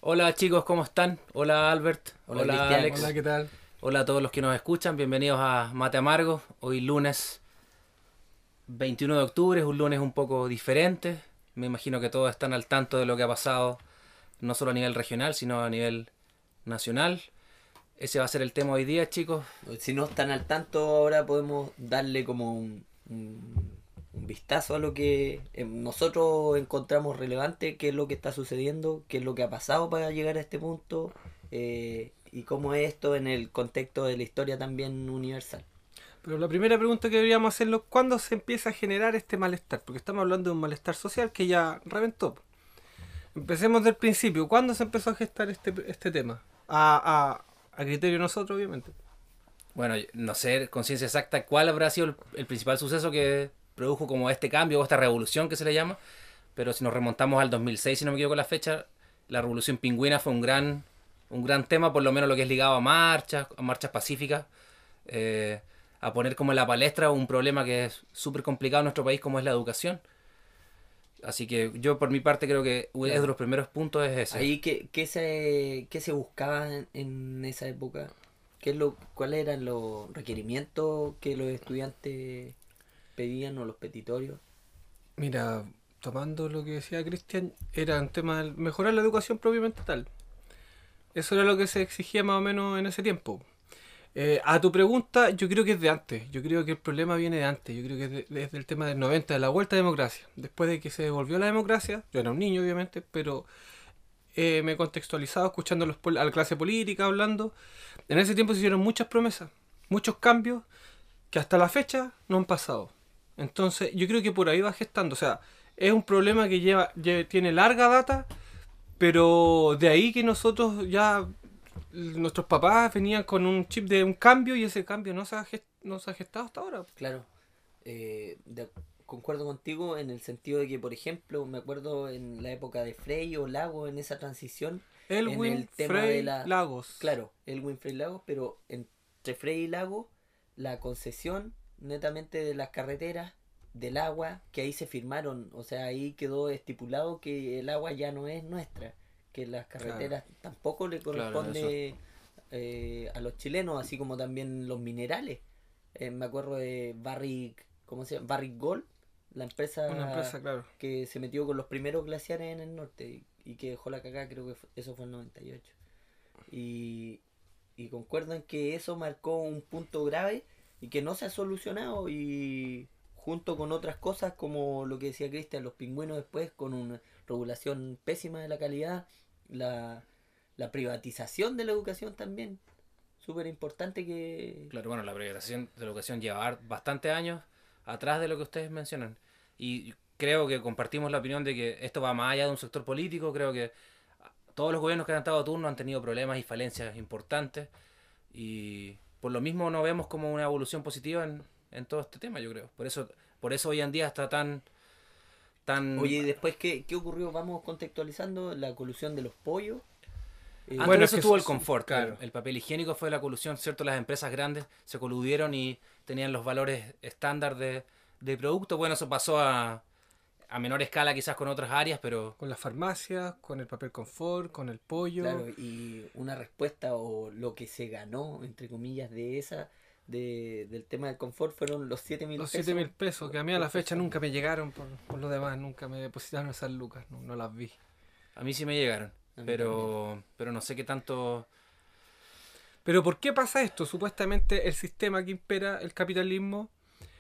Hola chicos, ¿cómo están? Hola Albert, Hola, hola Cristian. Alex, Hola, ¿qué tal? hola a todos los que nos escuchan, bienvenidos a Mate Amargo. Hoy lunes 21 de octubre, es un lunes un poco diferente. Me imagino que todos están al tanto de lo que ha pasado, no solo a nivel regional, sino a nivel nacional. Ese va a ser el tema hoy día, chicos. Si no están al tanto, ahora podemos darle como un vistazo a lo que nosotros encontramos relevante, qué es lo que está sucediendo, qué es lo que ha pasado para llegar a este punto, y cómo es esto en el contexto de la historia también universal. Pero la primera pregunta que deberíamos hacerlo, ¿cuándo se empieza a generar este malestar? Porque estamos hablando de un malestar social que ya reventó. Empecemos del principio. ¿Cuándo se empezó a gestar este tema? A criterio de nosotros, obviamente. Bueno, no sé con ciencia exacta cuál habrá sido el principal suceso que produjo como este cambio o esta revolución que se le llama, pero si nos remontamos al 2006, si no me equivoco la fecha, la revolución pingüina fue un gran tema, por lo menos lo que es ligado a marchas pacíficas, eh, a poner como en la palestra un problema que es súper complicado en nuestro país como es la educación. Así que yo por mi parte creo que es de Claro. los primeros puntos es ese. Ahí, ¿qué se buscaba en esa época? ¿Cuáles eran los requerimientos que los estudiantes pedían o los petitorios? Mira, tomando lo que decía Cristian, era un tema de mejorar la educación propiamente tal. Eso era lo que se exigía más o menos en ese tiempo. A tu pregunta, yo creo que es de antes. Yo creo que el problema viene de antes. Yo creo que desde el tema del 90, de la vuelta a la democracia. Después de que se devolvió la democracia, yo era un niño obviamente, pero me he contextualizado escuchando a la clase política hablando. En ese tiempo se hicieron muchas promesas, muchos cambios que hasta la fecha no han pasado. Entonces, yo creo que por ahí va gestando. O sea, es un problema que tiene larga data, pero de ahí que nosotros ya nuestros papás venían con un chip de un cambio y ese cambio no se ha gestado hasta ahora. Claro, eh, de- concuerdo contigo en el sentido de que, por ejemplo, me acuerdo en la época de Frey o Lago, en esa transición, en Elwin el tema de Frey la... Lagos. Claro, el Winfrey Lagos, pero entre Frey y Lago, la concesión netamente de las carreteras, del agua, que ahí se firmaron, o sea, ahí quedó estipulado que el agua ya no es nuestra, que las Claro. carreteras tampoco le Claro, eso. corresponde a los chilenos, así como también los minerales. Me acuerdo de Barrick, ¿cómo se llama? Barrick Gold, la Una empresa empresa, claro. que se metió con los primeros glaciares en el norte y que dejó la cagada, creo que eso fue en 98. Y, y concuerdo en que eso marcó un punto grave y que no se ha solucionado y junto con otras cosas como lo que decía Cristian, los pingüinos después con una regulación pésima de la calidad, la, la privatización de la educación también, súper importante que... Claro, bueno, la privatización de la educación lleva bastantes años atrás de lo que ustedes mencionan. Y creo que compartimos la opinión de que esto va más allá de un sector político. Creo que todos los gobiernos que han estado a turno han tenido problemas y falencias importantes. Y por lo mismo no vemos como una evolución positiva en todo este tema, yo creo. Por eso hoy en día está tan. Oye, ¿y después qué ocurrió? Vamos contextualizando la colusión de los pollos. Antes Bueno, de es eso que estuvo el confort. claro. El papel higiénico fue la colusión, ¿cierto? Las empresas grandes se coludieron y tenían los valores estándar de producto. Bueno, eso pasó a menor escala quizás con otras áreas, pero Con las farmacias, con el papel confort, con el pollo. Claro, y una respuesta o lo que se ganó, entre comillas, del tema del confort fueron los 7.000 Los 7.000 pesos pesos, que a mí a por la fecha persona. nunca me llegaron por lo demás, nunca me depositaron esas lucas, no las vi. a mí sí me llegaron. A mí también. Pero no sé qué tanto. Pero ¿por qué pasa esto? Supuestamente el sistema que impera, el capitalismo,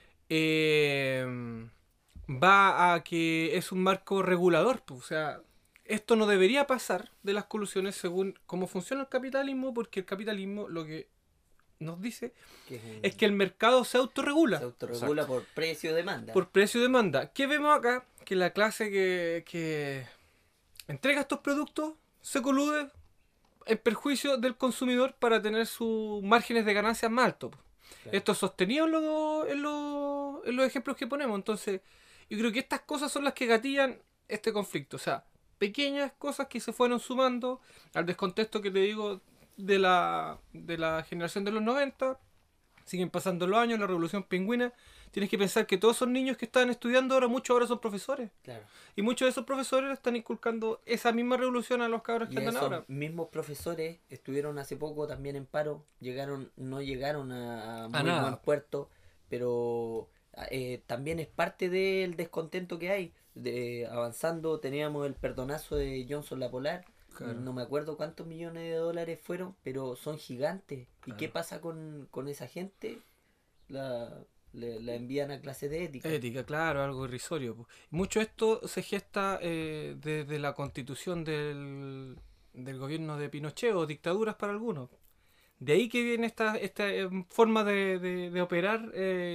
eh, va a que es un marco regulador. Pues, o sea, esto no debería pasar de las colusiones según cómo funciona el capitalismo, porque el capitalismo lo que nos dice Que es es que el mercado se se autorregula autorregula Exacto. por precio-demanda. por precio y demanda. ¿Qué vemos acá? Que la clase que entrega estos productos se colude en perjuicio del consumidor para tener sus márgenes de ganancias más altos. Claro. Esto es sostenido en los ejemplos que ponemos. Entonces, yo creo que estas cosas son las que gatillan este conflicto. O sea, pequeñas cosas que se fueron sumando al descontexto que te digo de la generación de los 90. Siguen pasando los años, la revolución pingüina tienes que pensar que todos esos niños que están estudiando ahora, muchos ahora son profesores. Claro. Y muchos de esos profesores están inculcando esa misma revolución a los cabros que Y andan esos ahora. mismos profesores estuvieron hace poco también en paro, no llegaron a muy nada. buen puerto, pero también es parte del descontento que hay. Avanzando, teníamos el perdonazo de Johnson La Polar, Claro. no me acuerdo cuántos millones de dólares fueron, pero son gigantes. ¿Y Claro. qué pasa con esa gente? La envían a clases de ética. Ética, claro, algo irrisorio. Po. Mucho esto se gesta desde la constitución del gobierno de Pinochet o dictaduras para algunos. De ahí que viene esta forma de operar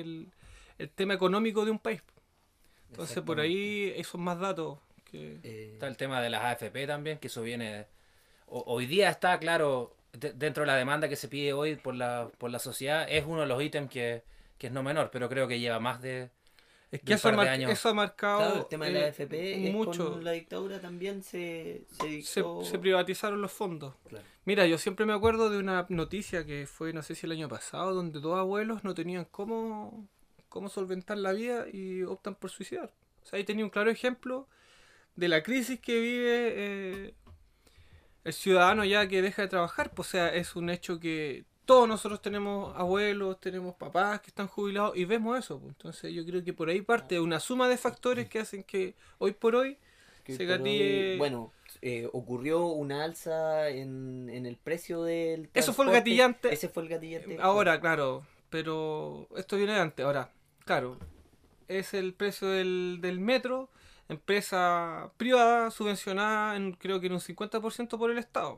el tema económico de un país. Entonces por ahí esos más datos que... Está el tema de las AFP también, que eso viene... Hoy día está, claro, dentro de la demanda que se pide hoy por la sociedad, es uno de los ítems que es no menor, pero creo que lleva más de... Es de que un par de años. eso ha marcado Claro, el tema de la AFP mucho. con la dictadura también se Se, dictó. se privatizaron los fondos. Claro. Mira, yo siempre me acuerdo de una noticia que fue, no sé si el año pasado, donde dos abuelos no tenían cómo solventar la vida y optan por suicidar. O sea, ahí tenía un claro ejemplo de la crisis que vive el ciudadano ya que deja de trabajar. Pues, o sea, es un hecho que todos nosotros tenemos abuelos, tenemos papás que están jubilados y vemos eso. Pues. Entonces yo creo que por ahí parte una suma de factores que hacen que hoy por hoy Que se por gatille... hoy, bueno, ocurrió una alza en el precio del Eso fue el transporte. gatillante. Ese fue el gatillante. Ahora, claro, pero esto viene de antes. Ahora, claro, es el precio del metro, empresa privada subvencionada creo que en un 50% por el Estado.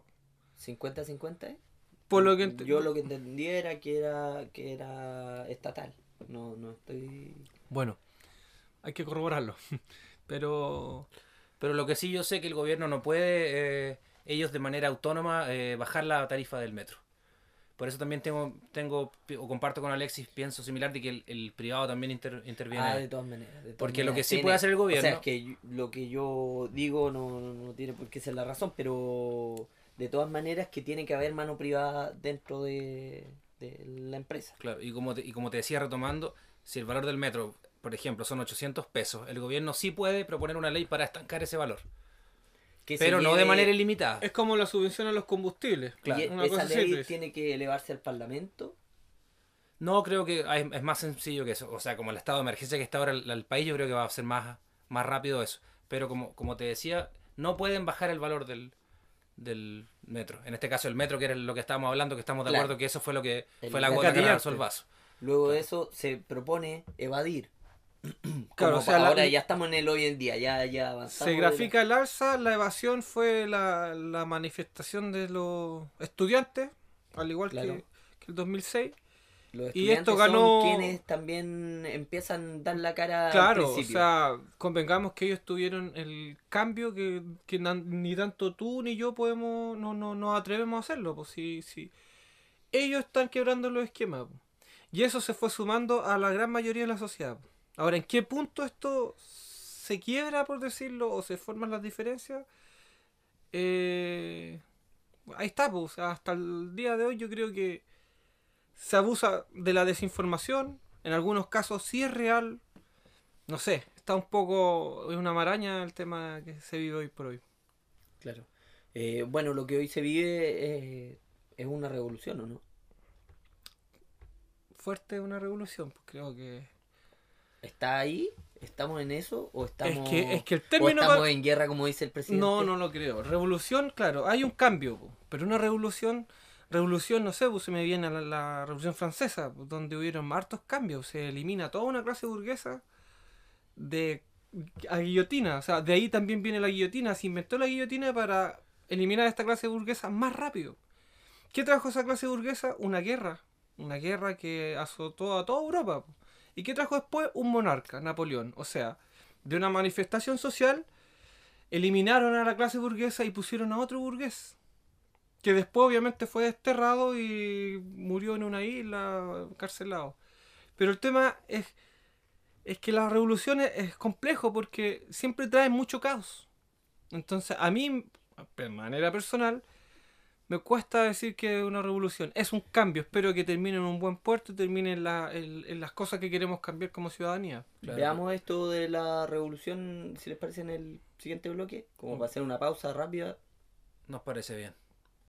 50-50, ¿eh? Por lo que Yo lo que entendí era que era estatal. No estoy... Bueno, hay que corroborarlo. Pero Pero lo que sí yo sé que el gobierno no puede, ellos de manera autónoma, bajar la tarifa del metro. Por eso también tengo o comparto con Alexis, pienso similar de que el privado también interviene. Ah, ahí. de todas maneras. de todas Porque lo que maneras sí tiene- puede hacer el gobierno... O sea, es que lo que yo digo no tiene por qué ser la razón, pero de todas maneras que tiene que haber mano privada dentro de la empresa. Claro, y como te decía retomando, si el valor del metro, por ejemplo, son 800 pesos, el gobierno sí puede proponer una ley para estancar ese valor. Que Pero se no de lleve- manera ilimitada. es como la subvención a los combustibles. Claro. Y Una esa cosa ley simple. tiene que elevarse al Parlamento. No, creo que es más sencillo que eso. O sea, como el estado de emergencia que está ahora el país, yo creo que va a ser más rápido eso. Pero como te decía, no pueden bajar el valor del metro. En este caso el metro, que era lo que estábamos hablando, que estamos de Claro. acuerdo que eso fue lo que El fue la gota que gatillante. alzó el vaso. Luego de eso se propone evadir. Claro, Como o sea, ahora ya estamos en el hoy en día, ya avanzamos. se grafica el alza, la evasión fue la manifestación de los estudiantes, al igual Claro. que el 2006. Los y estudiantes esto ganó- son quienes también empiezan a dar la cara al Claro, o principio. sea, convengamos que ellos tuvieron el cambio que ni tanto tú ni yo podemos, no nos atrevemos a hacerlo, pues si ellos están quebrando los esquemas, pues. Y eso se fue sumando a la gran mayoría de la sociedad. Pues. Ahora, ¿en qué punto esto se quiebra, por decirlo, o se forman las diferencias? Ahí está, pues, o sea, hasta el día de hoy yo creo que se abusa de la desinformación, en algunos casos sí es real, no sé, está un poco, es una maraña el tema que se vive hoy por hoy. Claro. Bueno, lo que hoy se vive es una revolución, ¿o no? Fuerte una revolución, pues creo que... ¿Está ahí? ¿Estamos en eso? ¿O estamos, Es que el o término... estamos en guerra, como dice el presidente? No lo creo. Revolución, claro, hay un cambio, po, pero una revolución, no sé, pues se me viene a la Revolución Francesa, pues, donde hubieron hartos cambios, se elimina toda una clase burguesa a guillotina, o sea, de ahí también viene la guillotina, se inventó la guillotina para eliminar a esta clase burguesa más rápido. ¿Qué trajo esa clase burguesa? Una guerra que azotó a toda Europa. Po. ¿Y qué trajo después? Un monarca, Napoleón, o sea, de una manifestación social eliminaron a la clase burguesa y pusieron a otro burgués, que después obviamente fue desterrado y murió en una isla encarcelado. Pero el tema es que la revolución es complejo porque siempre trae mucho caos. Entonces a mí, de manera personal, me cuesta decir que es una revolución. Es un cambio. Espero que termine en un buen puerto y termine en las cosas que queremos cambiar como ciudadanía. Claro. Veamos esto de la revolución, si les parece, en el siguiente bloque, como para hacer una pausa rápida. Nos parece bien.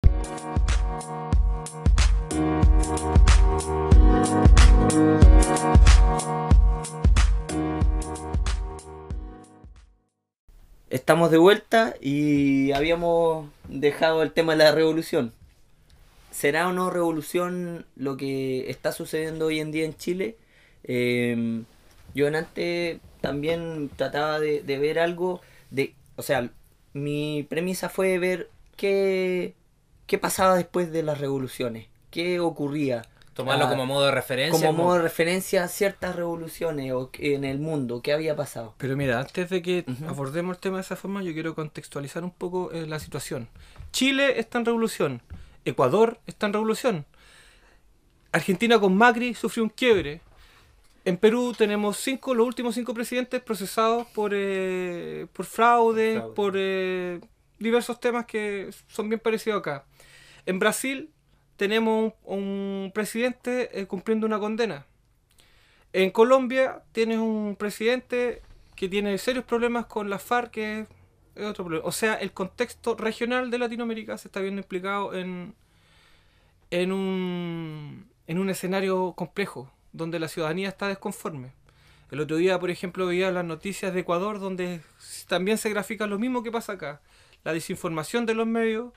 Estamos de vuelta y habíamos dejado el tema de la revolución. ¿Será o no revolución lo que está sucediendo hoy en día en Chile? Yo en antes también trataba de ver algo de... O sea, mi premisa fue ver qué pasaba después de las revoluciones, qué ocurría. Tomarlo como modo de referencia. Como modo de referencia a ciertas revoluciones en el mundo, qué había pasado. Pero mira, antes de que Ujú. abordemos el tema de esa forma, yo quiero contextualizar un poco la situación. Chile está en revolución. Ecuador está en revolución. Argentina con Macri sufrió un quiebre. En Perú tenemos los últimos 5 presidentes procesados por fraude, por diversos temas que son bien parecidos acá. En Brasil tenemos un presidente cumpliendo una condena. En Colombia tienes un presidente que tiene serios problemas con la FARC, que es otro problema. O sea, el contexto regional de Latinoamérica se está viendo implicado en un escenario complejo, donde la ciudadanía está desconforme. El otro día, por ejemplo, veía las noticias de Ecuador, donde también se grafica lo mismo que pasa acá. La desinformación de los medios.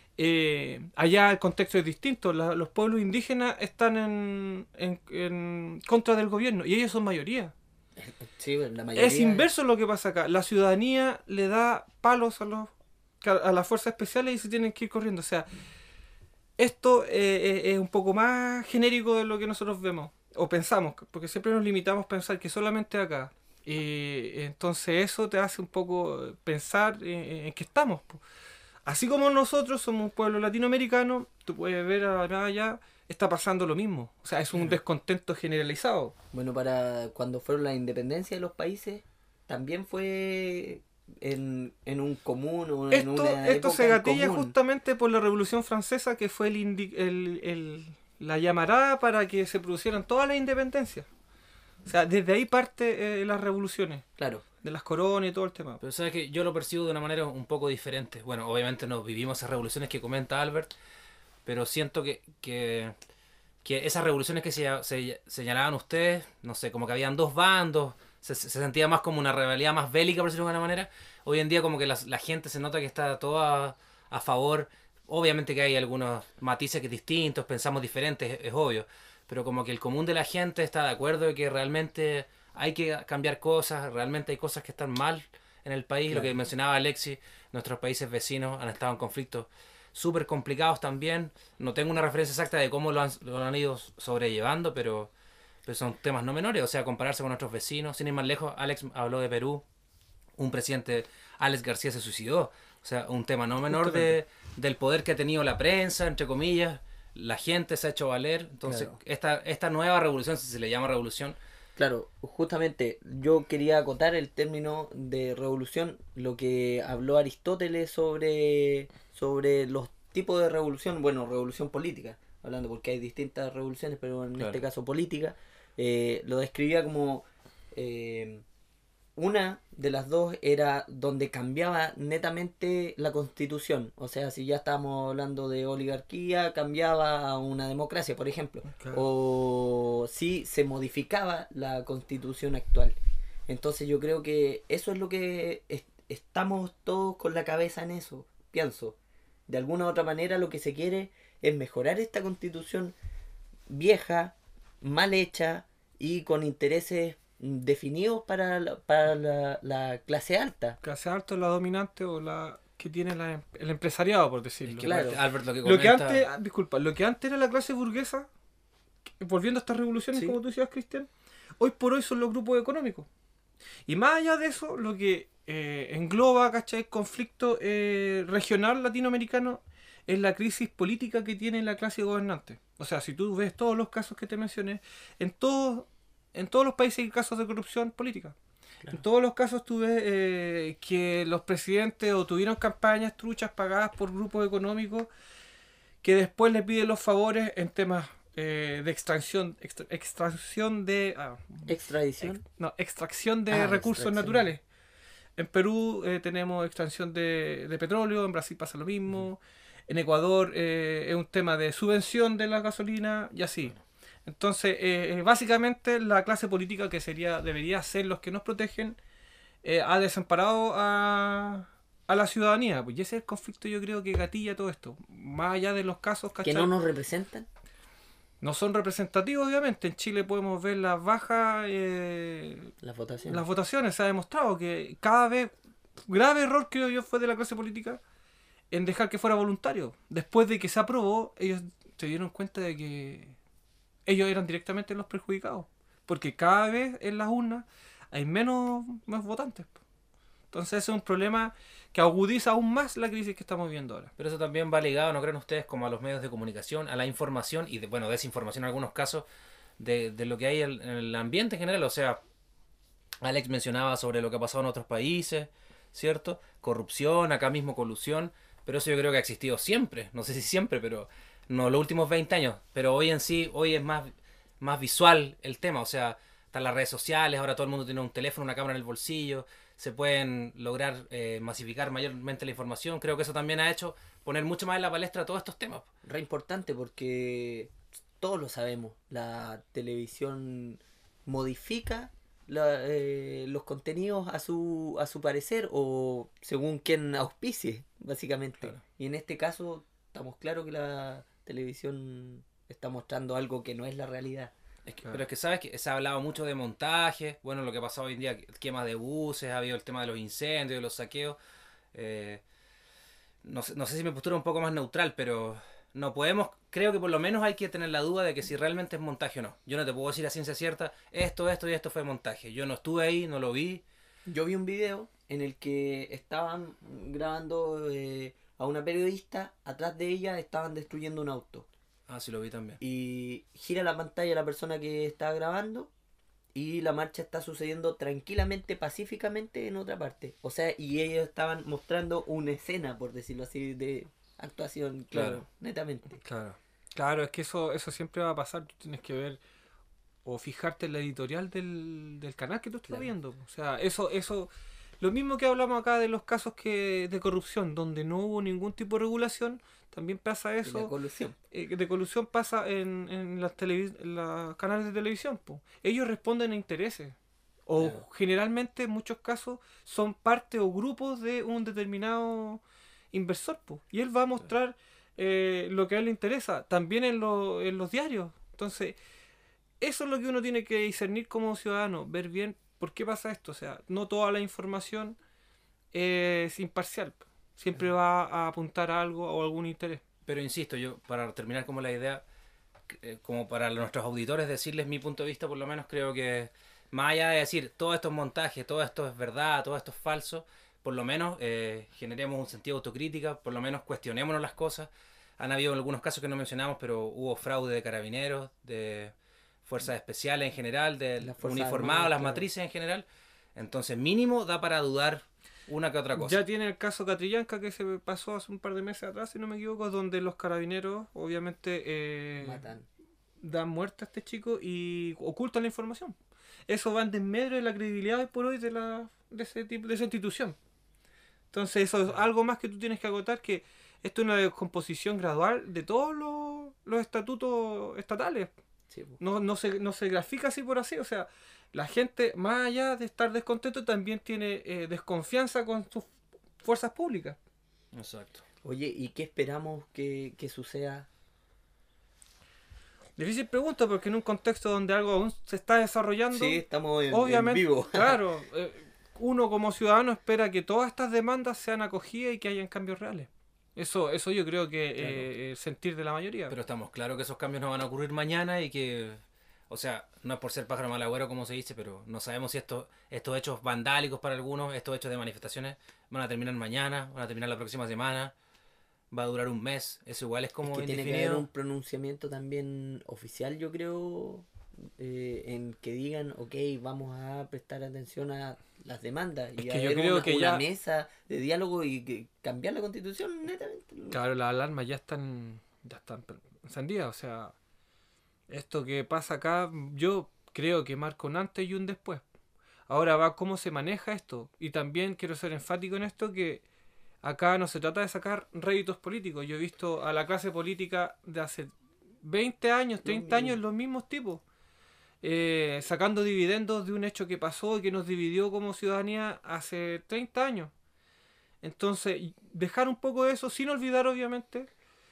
Allá el contexto es distinto. Los pueblos indígenas están en contra del gobierno y ellos son mayoría. Sí, la mayoría... Es inverso lo que pasa acá. La ciudadanía le da palos a las fuerzas especiales y se tienen que ir corriendo. O sea, esto es un poco más genérico de lo que nosotros vemos o pensamos, porque siempre nos limitamos a pensar que solamente acá. Y entonces eso te hace un poco pensar en qué estamos. Así como nosotros somos un pueblo latinoamericano, tú puedes ver allá, está pasando lo mismo. O sea, es un descontento generalizado. Bueno, para cuando fueron la independencia de los países, también fue en un común o en una Esto época se gatilla común. justamente por la Revolución Francesa, que fue la llamarada para que se producieran todas las independencias. O sea, desde ahí parte las revoluciones, Claro. de las coronas y todo el tema. Pero sabes que yo lo percibo de una manera un poco diferente. Bueno, obviamente no vivimos esas revoluciones que comenta Albert, pero siento que esas revoluciones que se señalaban ustedes, no sé, como que habían dos bandos, se sentía más como una rivalidad más bélica, por decirlo de alguna manera. Hoy en día como que la gente se nota que está toda a favor. Obviamente que hay algunos matices que distintos, pensamos diferentes, es obvio, pero como que el común de la gente está de acuerdo de que realmente hay que cambiar cosas, realmente hay cosas que están mal en el país. Lo que mencionaba Alexis, nuestros países vecinos han estado en conflictos súper complicados también. No tengo una referencia exacta de cómo lo han ido sobrellevando, pero son temas no menores. O sea, compararse con nuestros vecinos. Sin ir más lejos, Alex habló de Perú. Un presidente, Alex García, se suicidó. O sea, un tema no menor del poder que ha tenido la prensa, entre comillas. La gente se ha hecho valer. Entonces, esta nueva revolución, si se le llama revolución... Claro, justamente yo quería acotar el término de revolución, lo que habló Aristóteles sobre los tipos de revolución, bueno, revolución política, hablando porque hay distintas revoluciones, pero en este caso política, lo describía como una de las dos era donde cambiaba netamente la constitución, o sea, si ya estábamos hablando de oligarquía, cambiaba a una democracia, por ejemplo, o si se modificaba la constitución actual. Entonces yo creo que eso es lo que estamos todos con la cabeza en eso, pienso. De alguna u otra manera lo que se quiere es mejorar esta constitución vieja, mal hecha y con intereses definidos para la clase alta. Clase alta es la dominante o la que tiene el empresariado, por decirlo. Es que Claro. Albert lo que Lo que comenta... antes, lo que antes era la clase burguesa, volviendo a estas revoluciones, Sí. como tú decías, Cristian, hoy por hoy son los grupos económicos. Y más allá de eso, lo que engloba, ¿cachai?, el conflicto regional latinoamericano es la crisis política que tiene la clase gobernante. O sea, si tú ves todos los casos que te mencioné, en todos los países hay casos de corrupción política. En todos los casos tú ves que los presidentes o tuvieron campañas truchas pagadas por grupos económicos que después le pide los favores en temas de extracción de... Extradición. extracción de Ah, recursos extracción. naturales. En Perú tenemos extracción de petróleo, en Brasil pasa lo mismo, en Ecuador es un tema de subvención de la gasolina y así. Entonces, básicamente la clase política que debería ser los que nos protegen, ha desamparado a la ciudadanía. Pues y ese es el conflicto, yo creo, que gatilla todo esto. Más allá de los casos, Que ¿cachai? no nos representan. No son representativos, obviamente. En Chile podemos ver las bajas, Las votaciones. las votaciones. Se ha demostrado que cada vez, grave error creo yo fue de la clase política en dejar que fuera voluntario. Después de que se aprobó, ellos se dieron cuenta de que ellos eran directamente los perjudicados. Porque cada vez en las urnas hay más votantes. Entonces ese es un problema que agudiza aún más la crisis que estamos viendo ahora. Pero eso también va ligado, ¿no creen ustedes? Como a los medios de comunicación, a la información y, bueno, desinformación en algunos casos, de lo que hay en el ambiente en general. O sea, Alex mencionaba sobre lo que ha pasado en otros países, ¿cierto? Corrupción, acá mismo colusión, pero eso yo creo que ha existido siempre, no sé si siempre, pero no los últimos 20 años, pero hoy en sí, hoy es más visual el tema, o sea, están las redes sociales, ahora todo el mundo tiene un teléfono, una cámara en el bolsillo, se pueden lograr masificar mayormente la información, creo que eso también ha hecho poner mucho más en la palestra todos estos temas. Re importante porque todos lo sabemos. La televisión modifica los contenidos a su parecer o según quien auspicie, básicamente. Claro. Y en este caso estamos claros que la televisión está mostrando algo que no es la realidad. Claro. Pero es que sabes que se ha hablado mucho de montaje, bueno, lo que ha pasado hoy en día, quemas de buses, ha habido el tema de los incendios, de los saqueos. No sé si mi postura es un poco más neutral, pero no podemos, creo que por lo menos hay que tener la duda de que si realmente es montaje o no. Yo no te puedo decir a ciencia cierta, esto y esto fue montaje. Yo no estuve ahí, no lo vi. Yo vi un video en el que estaban grabando a una periodista, atrás de ella estaban destruyendo un auto. Ah, sí lo vi también. Y gira la pantalla la persona que está grabando y la marcha está sucediendo tranquilamente, pacíficamente en otra parte. O sea, y ellos estaban mostrando una escena, por decirlo así, de actuación, claro, netamente. Claro, es que eso siempre va a pasar. Tú tienes que ver o fijarte en la editorial del canal que tú estás Claro. viendo. O sea, eso, lo mismo que hablamos acá de los casos de corrupción, donde no hubo ningún tipo de regulación, también pasa Y eso. la colusión. De colusión pasa en los canales de televisión. Po. Ellos responden a intereses. O Claro. generalmente en muchos casos son parte o grupos de un determinado inversor. Po. Y él va a mostrar lo que a él le interesa. También en los diarios. Entonces, eso es lo que uno tiene que discernir como ciudadano. Ver bien por qué pasa esto. O sea, no toda la información es imparcial. Siempre va a apuntar a algo o algún interés. Pero insisto, yo para terminar como la idea, como para nuestros auditores decirles mi punto de vista, por lo menos creo que más allá de decir todo esto es montaje, todo esto es verdad, todo esto es falso, por lo menos generemos un sentido de autocrítica, por lo menos cuestionémonos las cosas. Han habido algunos casos que no mencionamos, pero hubo fraude de carabineros, de fuerzas especiales en general, de Las fuerzas uniformados, armadas, las claro. matrices en general. Entonces mínimo da para dudar una que otra cosa. Ya tiene el caso Catrillanca que se pasó hace un par de meses atrás, si no me equivoco, donde los carabineros obviamente Matan. dan muerte a este chico y ocultan la información. Eso va en desmedro de la credibilidad hoy por hoy de ese tipo, de esa institución. Entonces eso es algo más que tú tienes que agotar, que esto es una descomposición gradual de todos los estatutos estatales. Sí, po. No se grafica así por así, o sea, la gente, más allá de estar descontento, también tiene desconfianza con sus fuerzas públicas. Exacto. Oye, ¿y qué esperamos que suceda? Difícil pregunta, porque en un contexto donde algo aún se está desarrollando, Sí, estamos en obviamente, vivo. claro, uno como ciudadano espera que todas estas demandas sean acogidas y que hayan cambios reales. Eso yo creo que sentir de la mayoría. Pero estamos claros que esos cambios no van a ocurrir mañana y que, o sea, no es por ser pájaro mal agüero como se dice, pero no sabemos si estos hechos vandálicos para algunos, estos hechos de manifestaciones van a terminar mañana, van a terminar la próxima semana, va a durar un mes, eso igual es como Es que tiene que haber indefinido. un pronunciamiento también oficial, yo creo, en que digan, ok, vamos a prestar atención a las demandas Es y que yo haber creo una, que una ya- mesa de diálogo y que cambiar la constitución netamente. Claro, las alarmas ya están ya están encendidas. O sea, esto que pasa acá, yo creo que marca un antes y un después. Ahora va cómo se maneja esto. Y también quiero ser enfático en esto, que acá no se trata de sacar réditos políticos. Yo he visto a la clase política de hace 20 años, 30 años, los mismos tipos. Sacando dividendos de un hecho que pasó y que nos dividió como ciudadanía hace 30 años. Entonces, dejar un poco de eso, sin olvidar obviamente,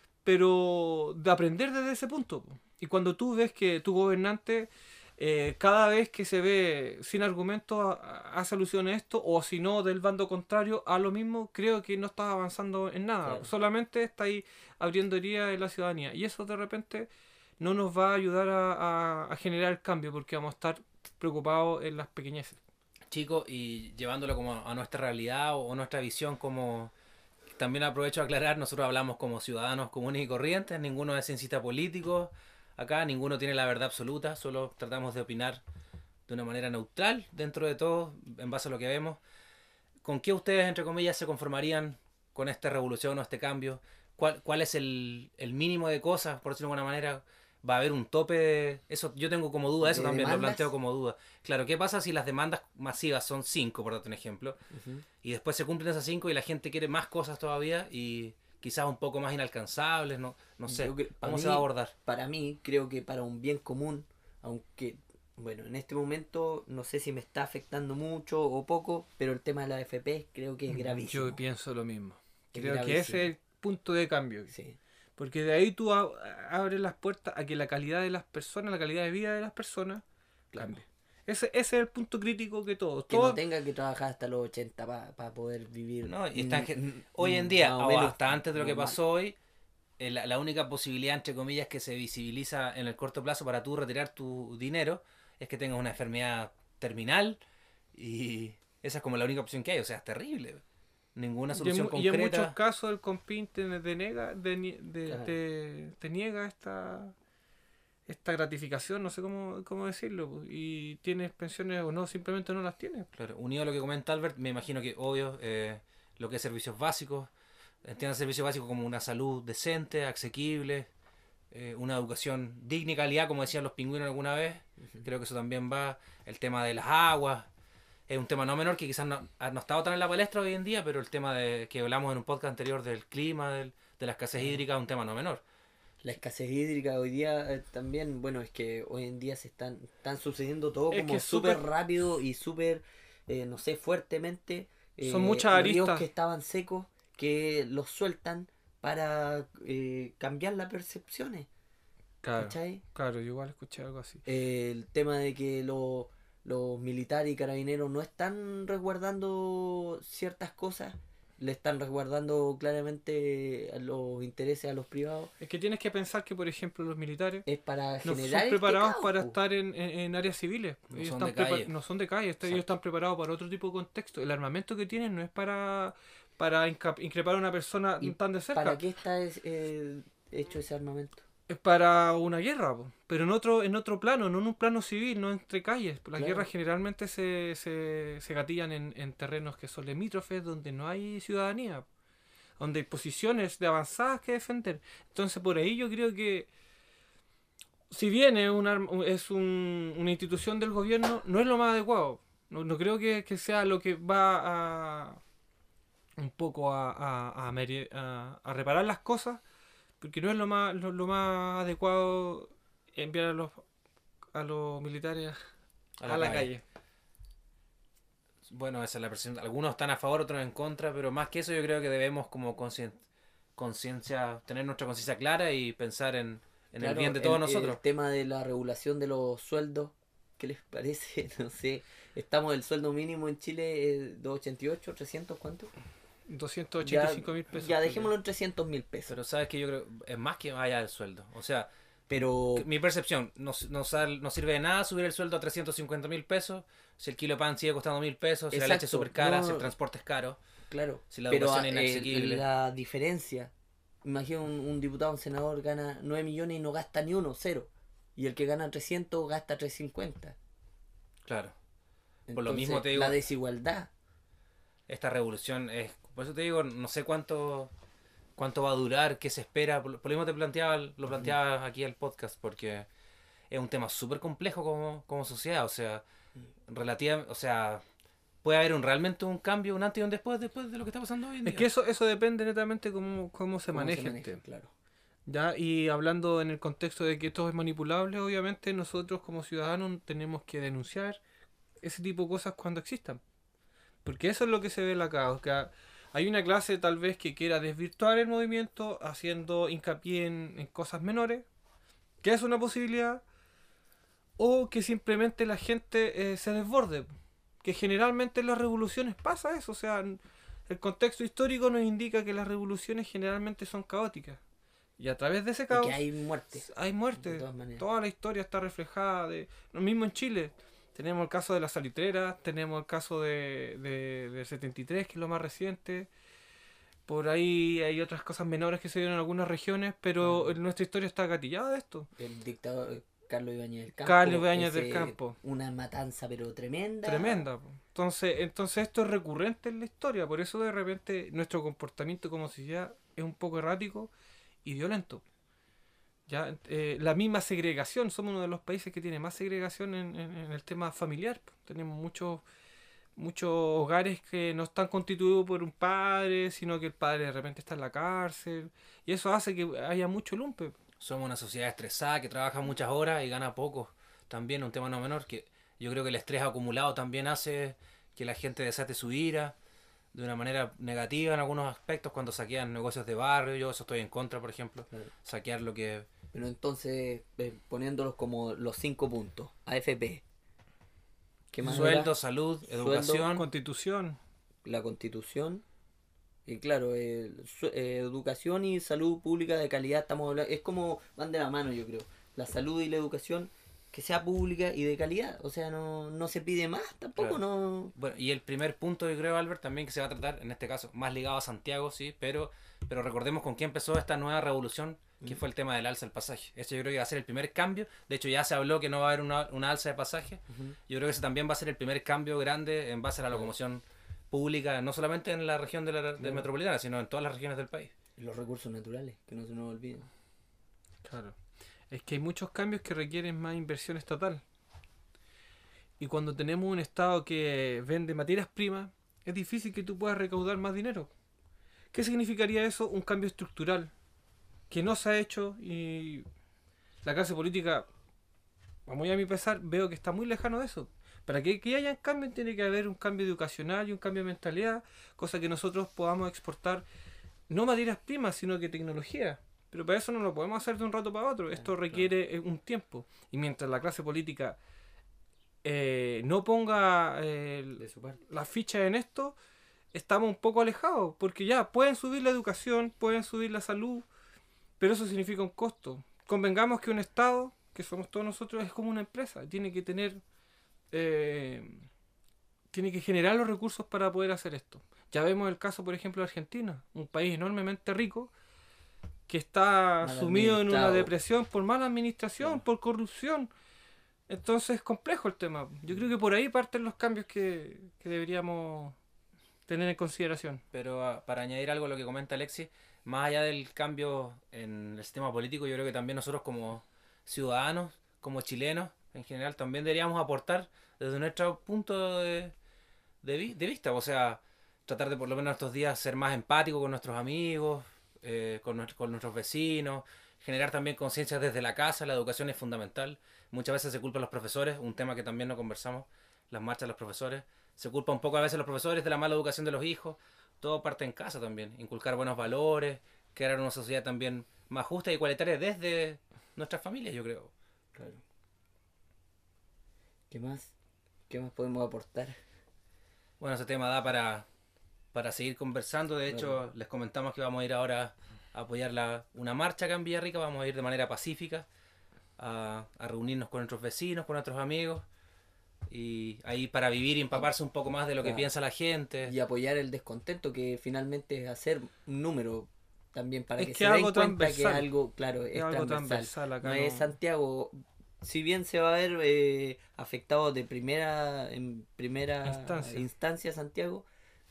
pero de aprender desde ese punto. Y cuando tú ves que tu gobernante, cada vez que se ve sin argumentos, hace alusión a esto, o si no, del bando contrario, a lo mismo, creo que no estás avanzando en nada. Claro. Solamente está ahí abriendo heridas en la ciudadanía. Y eso de repente no nos va a ayudar a generar el cambio, porque vamos a estar preocupados en las pequeñeces. Chicos, y llevándolo como a nuestra realidad o nuestra visión, como también aprovecho a aclarar, nosotros hablamos como ciudadanos comunes y corrientes, ninguno es ciencista político, acá ninguno tiene la verdad absoluta, solo tratamos de opinar de una manera neutral dentro de todo, en base a lo que vemos. ¿Con qué ustedes, entre comillas, se conformarían con esta revolución o este cambio? ¿Cuál es el mínimo de cosas, por decirlo de alguna manera? ¿Va a haber un tope de eso? Yo tengo como duda, eso ¿De también lo demandas? planteo como duda. Claro, ¿qué pasa si las demandas masivas son 5, por darte un ejemplo, y después se cumplen esas 5 y la gente quiere más cosas todavía y quizás un poco más inalcanzables? No sé, ¿cómo se va a abordar? Para mí, creo que para un bien común, aunque, bueno, en este momento no sé si me está afectando mucho o poco, pero el tema de la AFP creo que es gravísimo. Yo pienso lo mismo. Es Creo que gravísimo. ese es el punto de cambio. Sí. Porque de ahí tú abres las puertas a que la calidad de las personas, la calidad de vida de las personas Claro. cambie. Ese es el punto crítico que todos. Que no tenga que trabajar hasta los 80 para poder vivir. No, y hoy en día, más o o menos hasta antes de lo que normal. pasó hoy, la única posibilidad, entre comillas, que se visibiliza en el corto plazo para tú retirar tu dinero es que tengas una enfermedad terminal, y esa es como la única opción que hay. O sea, es terrible. Ninguna solución Y en muchos concreta. casos el compin te niega, Claro. te niega esta gratificación, no sé cómo decirlo, pues, y tienes pensiones o no, simplemente no las tienes. Claro, unido a lo que comenta Albert, me imagino que, obvio, lo que es servicios básicos, entiendan servicios básicos como una salud decente, asequible, una educación digna y calidad, como decían los pingüinos alguna vez. Creo que eso también va. El tema de las aguas es un tema no menor, que quizás no ha estado tan en la palestra hoy en día, pero el tema de que hablamos en un podcast anterior del clima, de la escasez hídrica, es un tema no menor. La escasez hídrica hoy día también, bueno, es que hoy en día están sucediendo todo Es como que súper súper- rápido y súper, no sé, fuertemente. Son muchas Ríos aristas. que estaban secos, que los sueltan para cambiar las percepciones, Claro, ¿cachai? claro, yo igual escuché algo así. El tema de que los militares y carabineros no están resguardando ciertas cosas, le están resguardando claramente a los intereses a los privados, Es que tienes que pensar que, por ejemplo, los militares es para no generar son preparados caos, para po. estar en áreas civiles. No Ellos son están de calle. no son de calle, ellos Exacto. están preparados para otro tipo de contexto. El armamento que tienen no es para increpar a una persona ¿Y tan de cerca. para qué está hecho ese armamento? Es para una guerra, po. Pero en otro plano, no en un plano civil, no entre calles. Las Claro. guerras generalmente se gatillan en terrenos que son limítrofes, donde no hay ciudadanía, donde hay posiciones de avanzadas que defender. Entonces por ahí yo creo que, si bien una institución del gobierno, no es lo más adecuado. No creo que sea lo que va a un poco a reparar las cosas, porque no es lo más adecuado enviar a los militares a la calle. Bueno, esa es la percepción. Algunos están a favor, otros en contra, pero más que eso yo creo que debemos como conciencia, tener nuestra conciencia clara y pensar en el Claro, bien de todos nosotros. El tema de la regulación de los sueldos, ¿qué les parece? No sé, estamos el sueldo mínimo en Chile 288, 300, ¿cuánto? 285.000 pesos. Ya dejémoslo en 300.000 pesos. Pero sabes que yo creo es más que vaya el sueldo. O sea, Pero mi percepción, no sirve de nada subir el sueldo a 350.000 pesos si el kilo de pan sigue costando 1.000 pesos, si la leche es Exacto, súper cara, no, si el transporte es caro. claro, Si la pero educación es inasequible. la diferencia, imagina un diputado, un senador gana 9 millones y no gasta ni uno, cero. Y el que gana 300 gasta 350. Claro. Entonces, Por lo mismo te digo, la desigualdad. esta revolución es... Por eso te digo, no sé cuánto cuánto va a durar, qué se espera. Por lo mismo lo planteaba aquí el podcast, porque es un tema súper complejo como sociedad. O sea, o sea, puede haber realmente un cambio, un antes y un después de lo que está pasando hoy en día. Es que eso depende netamente cómo se ¿Cómo maneje el tema. claro. Ya, y hablando en el contexto de que esto es manipulable, obviamente nosotros como ciudadanos tenemos que denunciar ese tipo de cosas cuando existan. Porque eso es lo que se ve acá. O sea, hay una clase tal vez que quiera desvirtuar el movimiento haciendo hincapié en cosas menores, que es una posibilidad, o que simplemente la gente se desborde. Que generalmente en las revoluciones pasa eso. O sea, el contexto histórico nos indica que las revoluciones generalmente son caóticas. Y a través de ese caos Porque hay muerte. hay muerte. De todas maneras. Toda la historia está reflejada. Lo mismo en Chile. Tenemos el caso de las salitreras, tenemos el caso del 73, que es lo más reciente. Por ahí hay otras cosas menores que se dieron en algunas regiones, pero nuestra historia está gatillada de esto. El dictador Carlos Ibáñez del Campo. Carlos Ibáñez del Campo. Una matanza pero tremenda. Tremenda. Po. Entonces esto es recurrente en la historia, por eso de repente nuestro comportamiento como sociedad es un poco errático y violento. Ya, la misma segregación, somos uno de los países que tiene más segregación en el tema familiar. Tenemos muchos hogares que no están constituidos por un padre, sino que el padre de repente está en la cárcel, y eso hace que haya mucho lumpe. Somos una sociedad estresada que trabaja muchas horas y gana poco. También un tema no menor, que yo creo que el estrés acumulado también hace que la gente desate su ira de una manera negativa en algunos aspectos, cuando saquean negocios de barrio. Yo eso estoy en contra, por ejemplo. Claro. Saquear lo que... Pero entonces, poniéndolos como los 5 puntos. AFP. ¿Qué más Sueldo, era? salud, Sueldo, educación. Constitución. La Constitución. Y claro, educación y salud pública de calidad, estamos hablando, es como van de la mano, yo creo. La salud y la educación, que sea pública y de calidad. O sea, no se pide más tampoco, Claro. no. Bueno, y el primer punto, yo creo, Albert, también que se va a tratar, en este caso, más ligado a Santiago, sí, pero recordemos con qué empezó esta nueva revolución, que fue el tema del alza del pasaje. Eso yo creo que va a ser el primer cambio. De hecho, ya se habló que no va a haber una alza de pasaje. Yo creo que ese también va a ser el primer cambio grande en base a la locomoción pública, no solamente en la región de metropolitana, sino en todas las regiones del país. Y los recursos naturales, que no se nos olviden. Claro. Es que hay muchos cambios que requieren más inversión estatal. Y cuando tenemos un Estado que vende materias primas, es difícil que tú puedas recaudar más dinero. ¿Qué significaría eso? Un cambio estructural que no se ha hecho, y la clase política, a muy a mi pesar, veo que está muy lejano de eso. Para que haya cambio tiene que haber un cambio educacional y un cambio de mentalidad, cosa que nosotros podamos exportar no materias primas, sino que tecnología. Pero para eso no lo podemos hacer de un rato para otro. Esto requiere un tiempo. Y mientras la clase política no ponga De su parte. la ficha en esto, estamos un poco alejados. Porque ya pueden subir la educación, pueden subir la salud, pero eso significa un costo. Convengamos que un Estado, que somos todos nosotros, es como una empresa. Tiene que tener... tiene que generar los recursos para poder hacer esto. Ya vemos el caso, por ejemplo, de Argentina, un país enormemente rico que está Mal sumido en una administrado. depresión por mala administración, Claro. por corrupción. Entonces es complejo el tema. Yo creo que por ahí parten los cambios que deberíamos tener en consideración. Pero para añadir algo a lo que comenta Alexis, más allá del cambio en el sistema político, yo creo que también nosotros como ciudadanos, como chilenos en general, también deberíamos aportar desde nuestro punto de vista. O sea, tratar de por lo menos estos días ser más empáticos con nuestros amigos, con nuestros vecinos, generar también conciencia desde la casa. La educación es fundamental. Muchas veces se culpa a los profesores, un tema que también no conversamos, las marchas de los profesores. Se culpa un poco a veces a los profesores de la mala educación de los hijos. Todo parte en casa también. Inculcar buenos valores, crear una sociedad también más justa y igualitaria desde nuestras familias, yo creo. Claro. ¿Qué más? ¿Qué más podemos aportar? Bueno, ese tema da para seguir conversando. De hecho, Claro. les comentamos que vamos a ir ahora a apoyar una marcha acá en Villarrica. Vamos a ir de manera pacífica a reunirnos con nuestros vecinos, con nuestros amigos. Y ahí para vivir y empaparse un poco más de lo que Claro. piensa la gente. Y apoyar el descontento, que finalmente es hacer un número también para Es que que se es den algo cuenta que es transversal. algo, claro, Es es algo transversal. transversal acá. No no- es Santiago, si bien se va a ver afectado en primera Instancia. instancia Santiago,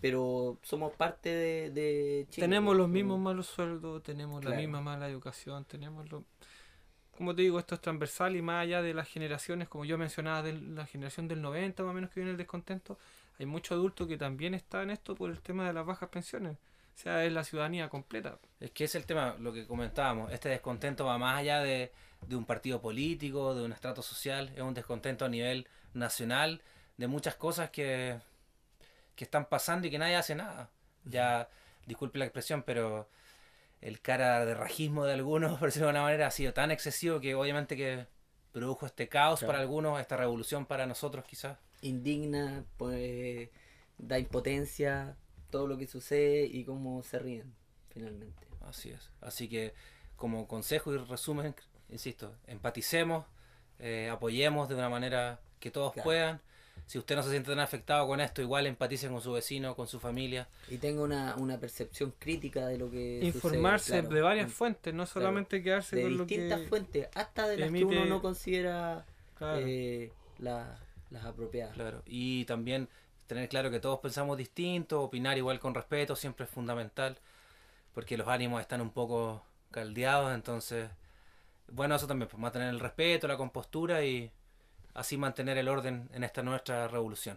pero somos parte de Chile. Tenemos los Somos- mismos malos sueldos, tenemos la Claro. misma mala educación, tenemos lo... Como te digo, esto es transversal y más allá de las generaciones, como yo mencionaba, de la generación del 90 más o menos que viene el descontento, hay muchos adultos que también están en esto por el tema de las bajas pensiones. O sea, es la ciudadanía completa. Es que es el tema, lo que comentábamos, este descontento va más allá de un partido político, de un estrato social, es un descontento a nivel nacional, de muchas cosas que están pasando y que nadie hace nada. Ya, disculpe la expresión, pero el cara de rajismo de algunos, por decirlo de alguna manera, ha sido tan excesivo que obviamente que produjo este caos Claro. para algunos, esta revolución para nosotros quizás. Indigna, pues, da impotencia, todo lo que sucede y cómo se ríen, finalmente. Así es. Así que como consejo y resumen, insisto, empaticemos, apoyemos de una manera que todos Claro. puedan. Si usted no se siente tan afectado con esto, igual empatice con su vecino, con su familia. Y tenga una percepción crítica de lo que Informarse sucede, claro. de varias fuentes, no solamente quedarse De con lo distintas que... fuentes, hasta de las que emite- uno no considera Claro. las apropiadas. Claro. Y también tener claro que todos pensamos distinto, opinar igual con respeto siempre es fundamental, porque los ánimos están un poco caldeados, entonces, bueno, eso también, pues mantener el respeto, la compostura y así mantener el orden en esta nuestra revolución.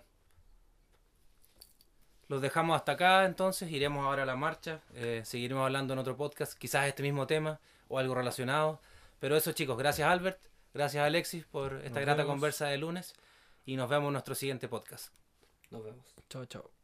Los dejamos hasta acá, entonces iremos ahora a la marcha, seguiremos hablando en otro podcast, quizás este mismo tema o algo relacionado. Pero eso chicos, gracias Albert, gracias Alexis por esta Nos grata vemos. conversa de lunes y nos vemos en nuestro siguiente podcast. Nos vemos. Chao, chao.